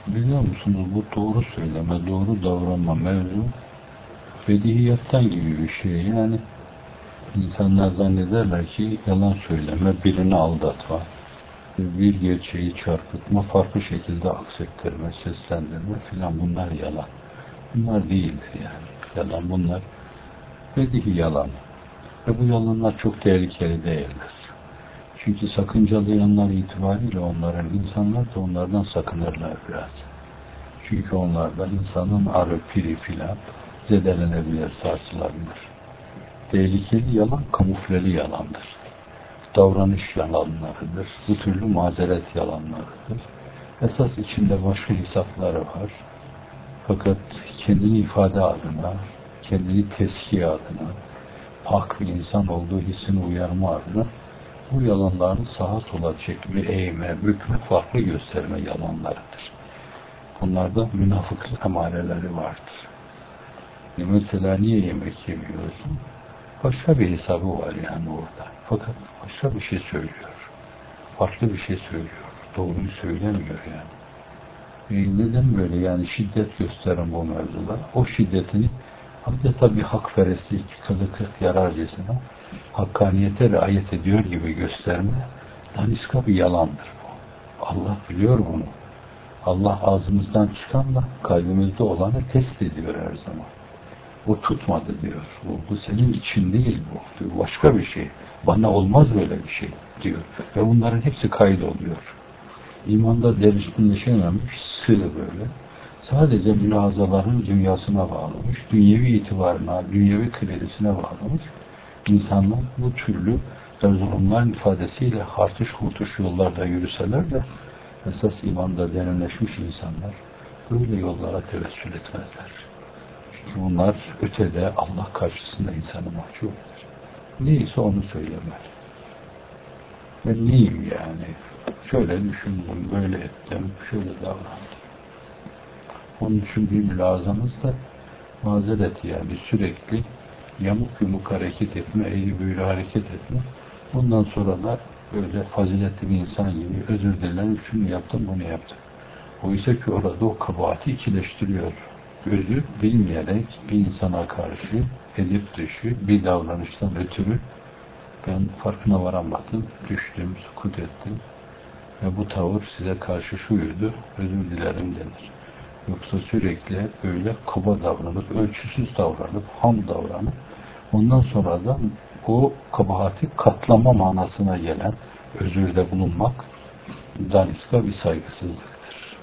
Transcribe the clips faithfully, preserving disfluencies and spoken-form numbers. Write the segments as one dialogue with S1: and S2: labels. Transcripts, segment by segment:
S1: Biliyor musunuz, bu doğru söyleme, doğru davranma mevzu bedihiyattan gibi bir şey. Yani insanlar zannederler ki yalan söyleme, birini aldatma, bir gerçeği çarpıtma, farklı şekilde aksettirme, seslendirme filan, bunlar yalan. Bunlar değildir yani. Yalan bunlar. Bedihi yalan. Ve bu yalanlar çok tehlikeli değildir. Çünkü sakıncalı yanlar itibariyle onların, insanlar da onlardan sakınırlar biraz. Çünkü onlarda insanın arı, piri filan zedelenebilir, sarsılabilir. Tehlikeli yalan, kamufleli yalandır. Davranış yalanlarıdır. Bu türlü mazeret yalanlarıdır. Esas içinde başka hesapları var. Fakat kendini ifade adına, kendini teskiye adına, hak bir insan olduğu hissini uyarma adına bu yalanların sağa sola çekme, eğme, bükme, farklı gösterme yalanlarıdır. Bunlarda münafıklık emareleri vardır. Mesela niye yemek yemiyorsun? Başka bir hesabı var yani orada. Fakat başka bir şey söylüyor. Farklı bir şey söylüyor. Doğruyu söylemiyor yani. E neden böyle yani şiddet gösterin bu mevzuda? O şiddetini adeta bir hakperestlik, kılıklık yararcasına hakkaniyete riayet ediyor gibi gösterme daniska bir yalandır bu. Allah biliyor bunu. Allah ağzımızdan çıkanla kalbimizde olanı test ediyor her zaman. Bu tutmadı diyor. Bu, bu senin için değil bu. Diyor. Başka bir şey. Bana olmaz böyle bir şey diyor. Ve bunların hepsi kaydoluyor. İmanda derinleşememiş, sığ böyle. Sadece mülahazaların dünyasına bağlamış, dünyevi itibarına, dünyevi kredisine bağlamış. İnsanlar bu türlü erzurumların ifadesiyle hartış hurtuş yollarda yürüseler de esas imanda derinleşmiş insanlar böyle yollara tevessül etmezler. Çünkü bunlar ötede Allah karşısında insanı mahcup eder. Neyse onu söylemez. Ben neyim yani? Şöyle düşündüm, böyle ettim, şöyle davrandım. Onun için bir mülazamız da mazeret yani sürekli yamuk yumuk hareket etme, eğri büğrü hareket etme. Bundan sonra da böyle faziletli bir insan gibi özür dilerim, şunu yaptım, bunu yaptım. Oysa ki orada o kabahati ikileştiriyor. Özür bilmeyerek bir insana karşı edip dışı bir davranıştan ötürü ben farkına varamadım, düştüm, sukut ettim ve bu tavır size karşı şuydu, özür dilerim denir. Yoksa sürekli böyle kaba davranıp, ölçüsüz davranıp, ham davranıp, ondan sonra da o kabahati katlama manasına gelen özürde bulunmak daniska bir saygısızlıktır.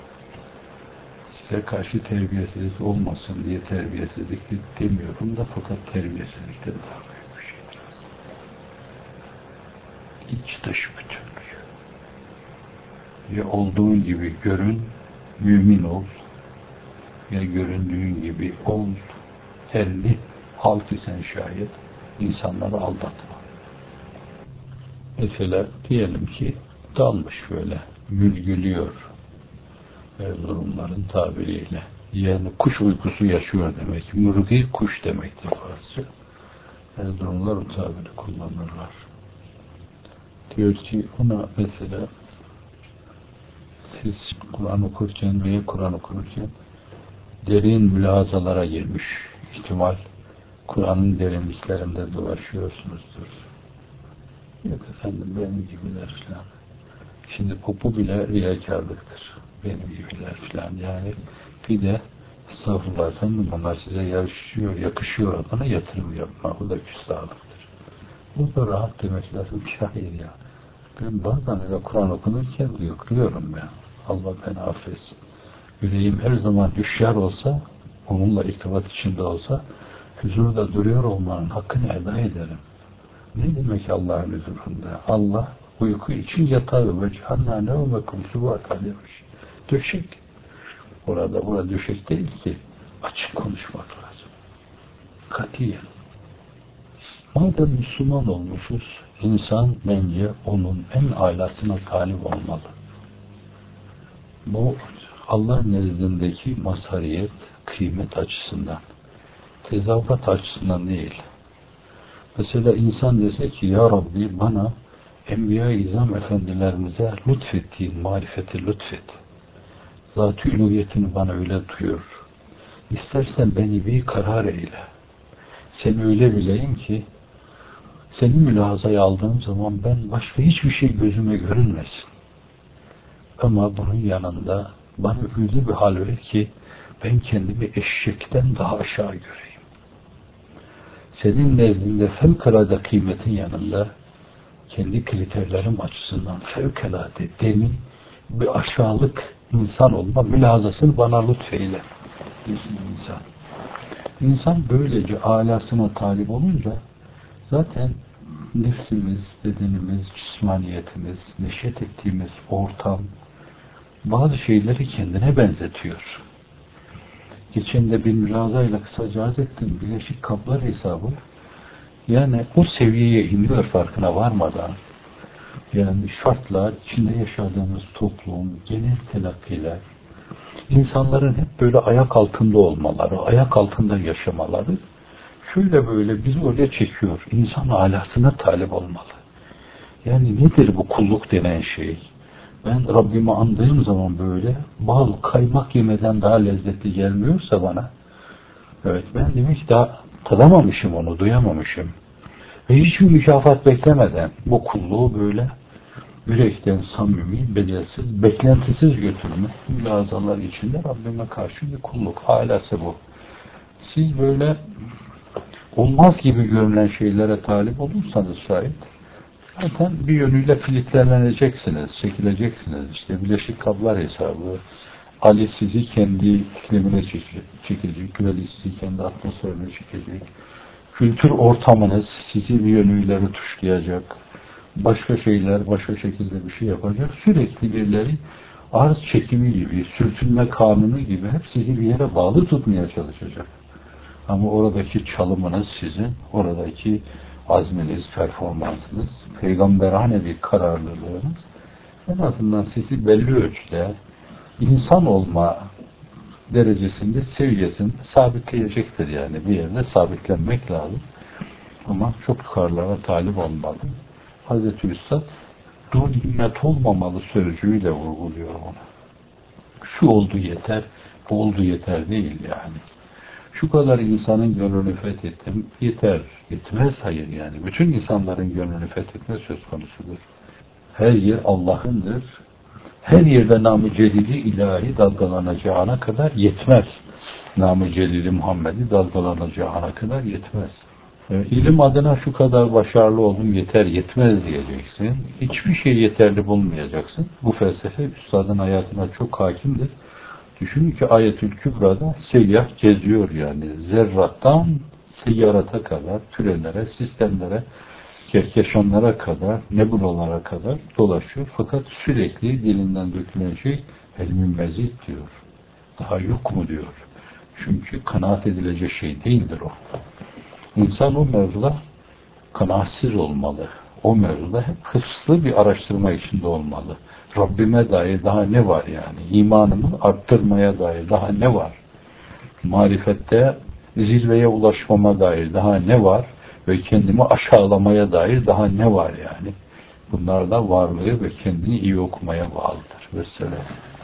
S1: Size karşı terbiyesizlik olmasın diye terbiyesizlik demiyorum da fakat terbiyesizlikten daha büyük bir şeydir. İç dış bütünlüğü. Ya olduğun gibi görün, mümin ol, ya göründüğün gibi ol, elli, halt isen şayet insanları aldatma. Mesela diyelim ki dalmış böyle, mülgülüyor Erzurumların tabiriyle. Yani kuş uykusu yaşıyor demek. Mürgi kuş demektir Farsça. Erzurumlar o tabiri kullanırlar. Diyor ki ona mesela siz Kur'an okurken veya Kur'an okurken derin mülahazalara girmiş. İhtimal Kur'an'ın derinliklerinde dolaşıyorsunuzdur. Yok efendim benim gibiler filan. Şimdi bu, bu bile riyakarlıktır. Benim gibiler filan. Yani bir de estağfurullah efendim bunlar size yarışıyor, yakışıyor adına yatırım yapmak. Bu da küstahlıktır. Bu da rahat demek lazım. Şahir ya. Ben bazen öyle Kur'an okunurken yıkılıyorum ben. Allah beni affetsin. Yüreğim her zaman hüşyar olsa, onunla irtibat içinde olsa, huzurda duruyor olmanın hakkını eda ederim. Ne demek Allah'ın huzurunda? Allah uyku için yatar ve cehennem ne ve kumsuvaka demiş. Döşek. Orada, burada döşek değil ki. Açık konuşmak lazım. Katiyen. Madem Müslüman olmuşuz, insan bence onun en alasına talip olmalı. Bu Allah nezdindeki mazhariyet, kıymet açısından, tezahürat açısından değil. Mesela insan dese ki ya Rabbi bana Enbiya-i İzam efendilerimize lütfettiğin marifeti lütfet. Zat-ı uluhiyetini bana öyle duyur. İstersen beni bir karar eyle. Seni öyle bileyim ki seni mülahazaya aldığım zaman ben başka hiçbir şey gözüme görünmesin. Ama bunun yanında bana öyle bir hal ver ki ben kendimi eşekten daha aşağı göreyim. Senin nezdinde fevkalade kıymetin yanında kendi kriterlerim açısından fevkalade demin bir aşağılık insan olma mülahazasını bana lütfeyle. İnsan. İnsan böylece alasına talip olunca zaten nefsimiz, bedenimiz, cismaniyetimiz, neşet ettiğimiz ortam bazı şeyleri kendine benzetiyor. Geçen de bir mülazayla kısaca arz ettim. Bileşik kaplar hesabı yani o seviyeye iniyor farkına varmadan. Yani şartlar, içinde yaşadığımız toplum, genel telakkiler, insanların hep böyle ayak altında olmaları, ayak altında yaşamaları şöyle böyle bizi oraya çekiyor. İnsan alasına talip olmalı. Yani nedir bu kulluk denen şey? Ben Rabbimi andığım zaman böyle bal, kaymak yemeden daha lezzetli gelmiyorsa bana, evet ben demek ki daha tadamamışım onu, duyamamışım. Ve hiçbir mükafat beklemeden bu kulluğu böyle yürekten samimi, bedelsiz, beklentisiz götürme mülazalar içinde Rabbime karşı bir kulluk. Halası bu. Siz böyle olmaz gibi görünen şeylere talip olursanız şayet zaten bir yönüyle filtreleneceksiniz, çekileceksiniz. İşte bileşik kablar hesabı. Ali sizi kendi iklimine çekecek, Veli sizi kendi atmosferine çekecek. Kültür ortamınız sizi bir yönüyle tuşlayacak. Başka şeyler, başka şekilde bir şey yapacak. Sürekli birileri arz çekimi gibi, sürtünme kanunu gibi hep sizi bir yere bağlı tutmaya çalışacak. Ama oradaki çalımınız sizin, oradaki azminiz, performansınız, peygamberane bir kararlılığınız en azından sizi belli ölçüde insan olma derecesinde, seviyesini sabitleyecektir yani. Bir yerde sabitlenmek lazım. Ama çok yukarılara talip olmalı. Hazreti Üstad dur himmet olmamalı sözcüğüyle vurguluyor onu. Şu oldu yeter, bu oldu yeter değil yani. Şu kadar insanın gönlünü fethettim, yeter, yetmez hayır yani. Bütün insanların gönlünü fethetme söz konusudur. Her yer Allah'ındır. Her yerde Nam-ı Celil-i ilahi dalgalanacağına kadar yetmez. Nam-ı Celil-i Muhammed'i dalgalanacağına kadar yetmez. E, ilim adına şu kadar başarılı oldum yeter yetmez diyeceksin. Hiçbir şey yeterli bulmayacaksın. Bu felsefe üstadın hayatına çok hakimdir. Düşünün ki Ayetül Kübra'da seyyah geziyor yani. Zerrattan seyyarata kadar, türelere, sistemlere, kehkeşanlara kadar, nebulalara kadar dolaşıyor. Fakat sürekli dilinden dökülen şey elmin mezid diyor. Daha yok mu diyor. Çünkü kanaat edilecek şey değildir o. İnsan o mevzuda kanaatsiz olmalı. O mevzuda hep hırslı bir araştırma içinde olmalı. Rabbime dair daha ne var yani? İmanımı arttırmaya dair daha ne var? Marifette zirveye ulaşmama dair daha ne var? Ve kendimi aşağılamaya dair daha ne var yani? Bunlar da varlığı ve kendini iyi okumaya bağlıdır. Vesselam.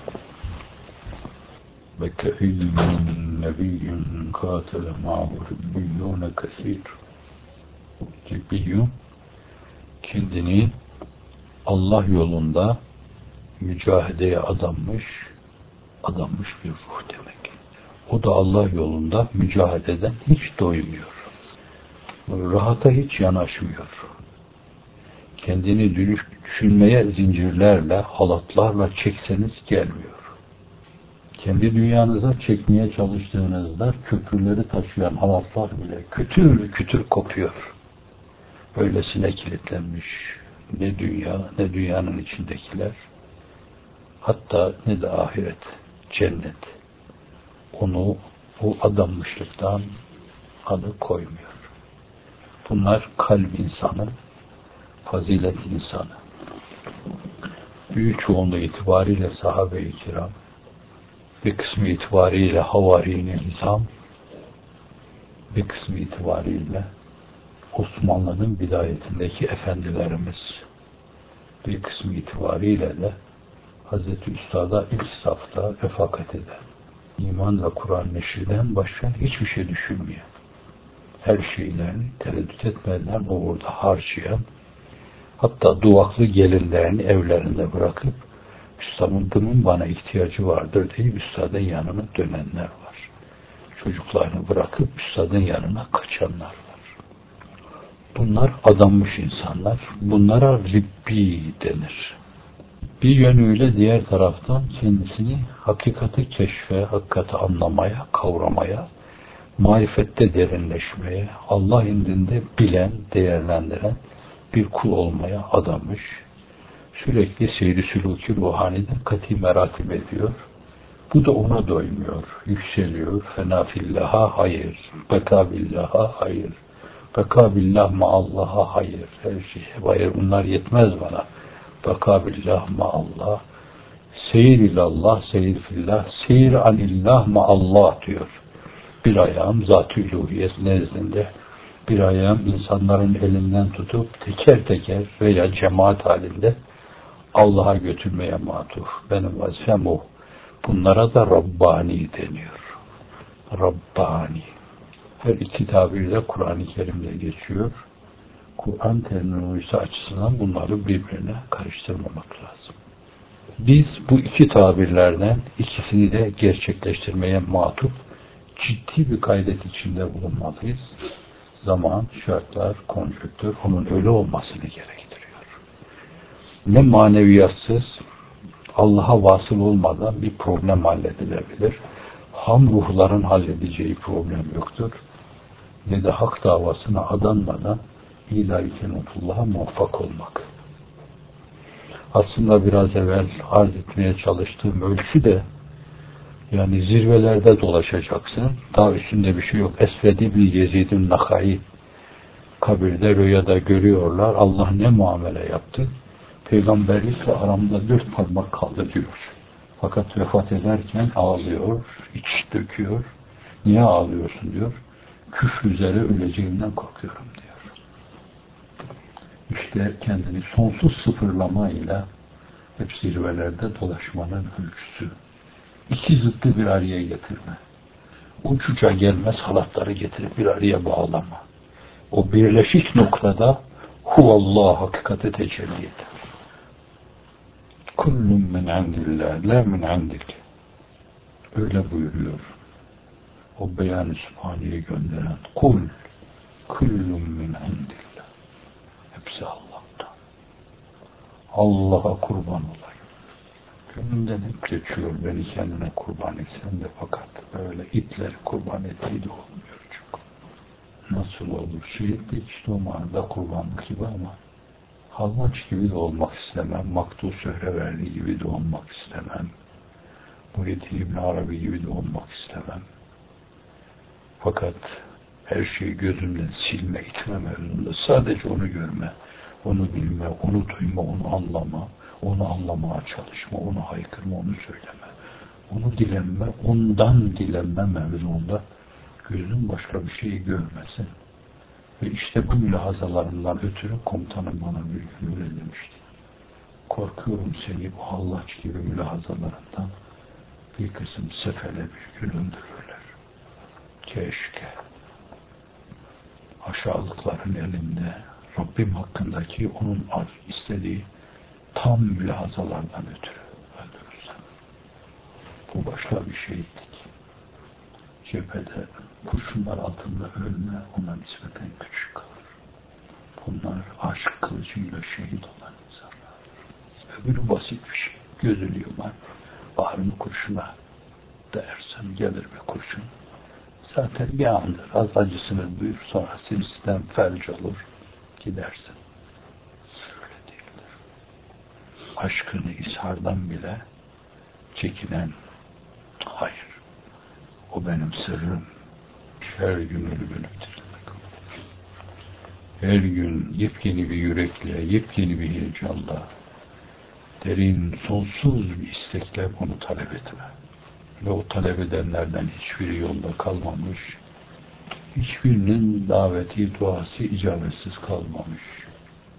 S1: Ve ke'ilmin nebiyyün kâtele ma'hu ribbiyyûne kesîr. Ribbiyyûn kendini Allah yolunda mücahedeye adanmış, adanmış bir ruh demek. O da Allah yolunda mücadeleden hiç doymuyor. Rahata hiç yanaşmıyor. Kendini düşünmeye zincirlerle, halatlarla çekseniz gelmiyor. Kendi dünyanıza çekmeye çalıştığınızda köprüleri taşıyan halatlar bile kütür kütür kopuyor. Böylesine kilitlenmiş ne dünya ne dünyanın içindekiler, hatta ne de ahiret, cennet onu bu adanmışlıktan alıkoymuyor. Bunlar kalp insanı, fazilet insanı. Büyük çoğunluğu itibariyle sahabe-i kiram, bir kısmı itibariyle havari-i nizam, bir kısmı itibariyle Osmanlı'nın bidayetindeki efendilerimiz, bir kısmı itibariyle de Hazreti Üstad'a ilk safta refakat eden, iman ve Kur'an neşriden başka hiçbir şey düşünmeyen, her şeylerini tereddüt etmeden o orada harcayan, hatta duvaklı gelinlerini evlerinde bırakıp Üstadımın bana ihtiyacı vardır deyip Üstadın yanına dönenler var. Çocuklarını bırakıp Üstadın yanına kaçanlar var. Bunlar adanmış insanlar. Bunlara Ribbi denir. Bir yönüyle diğer taraftan kendisini hakikati keşfe, hakikati anlamaya, kavramaya, marifette derinleşmeye, Allah indinde bilen, değerlendiren bir kul olmaya adamış. Sürekli seyri sülûki ruhaniden kati meratip ediyor. Bu da ona doymuyor, yükseliyor. Fena fillaha hayır, beka billaha hayır, beka billah ma'allaha hayır, her şey hayır, bunlar yetmez bana. Beka billah ma'allah, seyir ilallah, seyir fillah, seyir anillah ma'allah diyor. Bir ayağım zat-ı ilûhiyet nezdinde, bir ayağım insanların elinden tutup teker teker veya cemaat halinde Allah'a götürmeye matuf. Benim vazifem o. Bunlara da Rabbani deniyor. Rabbani. Her iki tabirde Kur'an-ı Kerim'de geçiyor. Kur'an terminolojisi açısından bunları birbirine karıştırmamak lazım. Biz bu iki tabirlerden ikisini de gerçekleştirmeye matuf ciddi bir gayret içinde bulunmalıyız. Zaman, şartlar, konjonktür onun öyle olmasını gerektiriyor. Ne maneviyatsız, Allah'a vasıl olmadan bir problem halledilebilir. Ham ruhların halledeceği problem yoktur. Ne de hak davasına adanmadan ilahi kenatıllah'a muvaffak olmak. Aslında biraz evvel arz etmeye çalıştığım ölçü de yani zirvelerde dolaşacaksın. Daha üstünde bir şey yok. Esvedi bir Yezid'in Nakai kabirde rüyada görüyorlar. Allah ne muamele yaptı? Peygamberlikle aramda dört parmak kaldı diyor. Fakat vefat ederken ağlıyor, iç döküyor. Niye ağlıyorsun diyor. Küfür üzere öleceğimden korkuyorum diyor. İşte kendini sonsuz sıfırlamayla hep zirvelerde dolaşmanın ölçüsü. İki zıttı bir araya getirme. Uç uca gelmez halatları getirip bir araya bağlama. O birleşik noktada huvallah hakikati tecelli eder. Kullun min indillah, la min indik. Öyle buyuruyor. O beyan-ı sübhaniye gönderen kul kullun min indillah. Hepsi Allah'tan. Allah'a kurban olayım. Gönlümden hep geçiyor beni kendine kurban etsen de fakat böyle itleri kurban ettiği de olmuyor çok. Nasıl olur? Sürekli işte o manada kurbanlık gibi ama Hallaç gibi de olmak istemem. Maktul Söhreverdi gibi de olmak istemem. Muhyiddin İbn Arabi gibi de olmak istemem. Fakat her şeyi gözümden silme, itme mevzunda sadece onu görme, onu bilme, onu duyma, onu anlama, onu anlamaya çalışma, onu haykırma, onu söyleme, onu dilenme, ondan dilenme mevzunda gözün başka bir şeyi görmesin. Ve işte bu mülahazalarından ötürü komutanım bana bir gün öyle demişti. Korkuyorum seni bu hallaç gibi mülahazalarından bir kısım sefele bir gün öldürürler. Keşke aşağılıkların elinde Rabbim hakkındaki onun istediği tam mülahazalardan ötürü öldürürsem. Bu başka bir şeydik. Cephede kurşunlar altında ölme ona nispeten küçük kalır. Bunlar aşk kılıcıyla şehit olan insanlar. Öbürü basit bir şey. Gözünü yumar. Bağrını kurşuna değersen gelir bir kurşun. Zaten bir andır. Az acısını duyur. Sonra sinirden felç olur. Gidersin. Öyle değildir. Aşkını ishardan bile çekinen hayır. O benim sırrım. Her gün ölümünü dirilmek. Her gün yepyeni bir yürekle, yepyeni bir heyecanla, derin, sonsuz bir istekle onu talep etme. Ve o talep edenlerden hiçbiri yolda kalmamış, hiçbirinin daveti, duası icabetsiz kalmamış.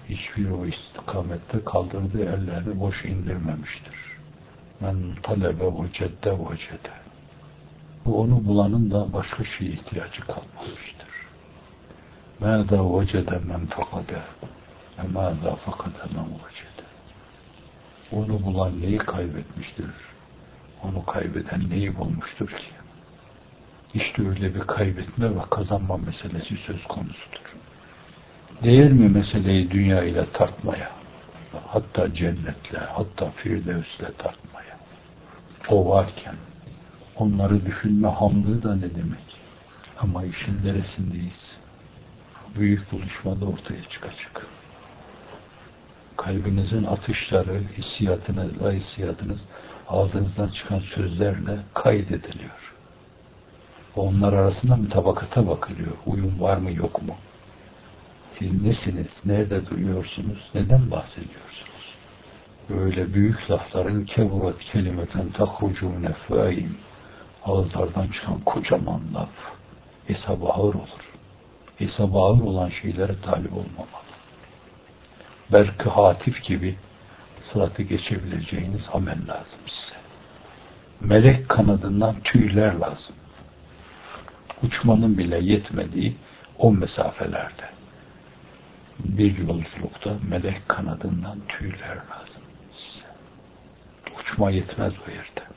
S1: hiçbir o istikamette kaldırdığı ellerini boş indirmemiştir. Men talebe vecedde vecede. Bu onu bulanın da başka şeye ihtiyacı kalmamıştır. Mâdâ vecede men fakade ve mâdâ fakade men vecede. Onu bulan neyi kaybetmiştir? Onu kaybeden neyi bulmuştur ki? İşte öyle bir kaybetme ve kazanma meselesi söz konusudur. Değer mi meseleyi dünya ile tartmaya? Hatta cennetle, hatta firdevsle tartmaya. O varken onları düşünme hamlığı da ne demek? Ama işin neresindeyiz? Büyük buluşmada ortaya çıkacak. Kalbinizin atışları, hissiyatınızla hissiyatınız ağzınızdan çıkan sözlerle kaydediliyor. Onlar arasında mütabakata bakılıyor. Uyum var mı yok mu? Siz nesiniz? Nerede duyuyorsunuz? Neden bahsediyorsunuz? Böyle büyük lafların keburat kelimeten tahrucu nefvaim, ağızlardan çıkan kocaman laf hesabı ağır olur. Hesabı ağır olan şeylere talip olmamalı. Belki hatif gibi sıratı geçebileceğiniz amel lazım size. Melek kanadından tüyler lazım. Uçmanın bile yetmediği o mesafelerde. Bir yolculukta melek kanadından tüyler lazım size. Uçma yetmez o yerde.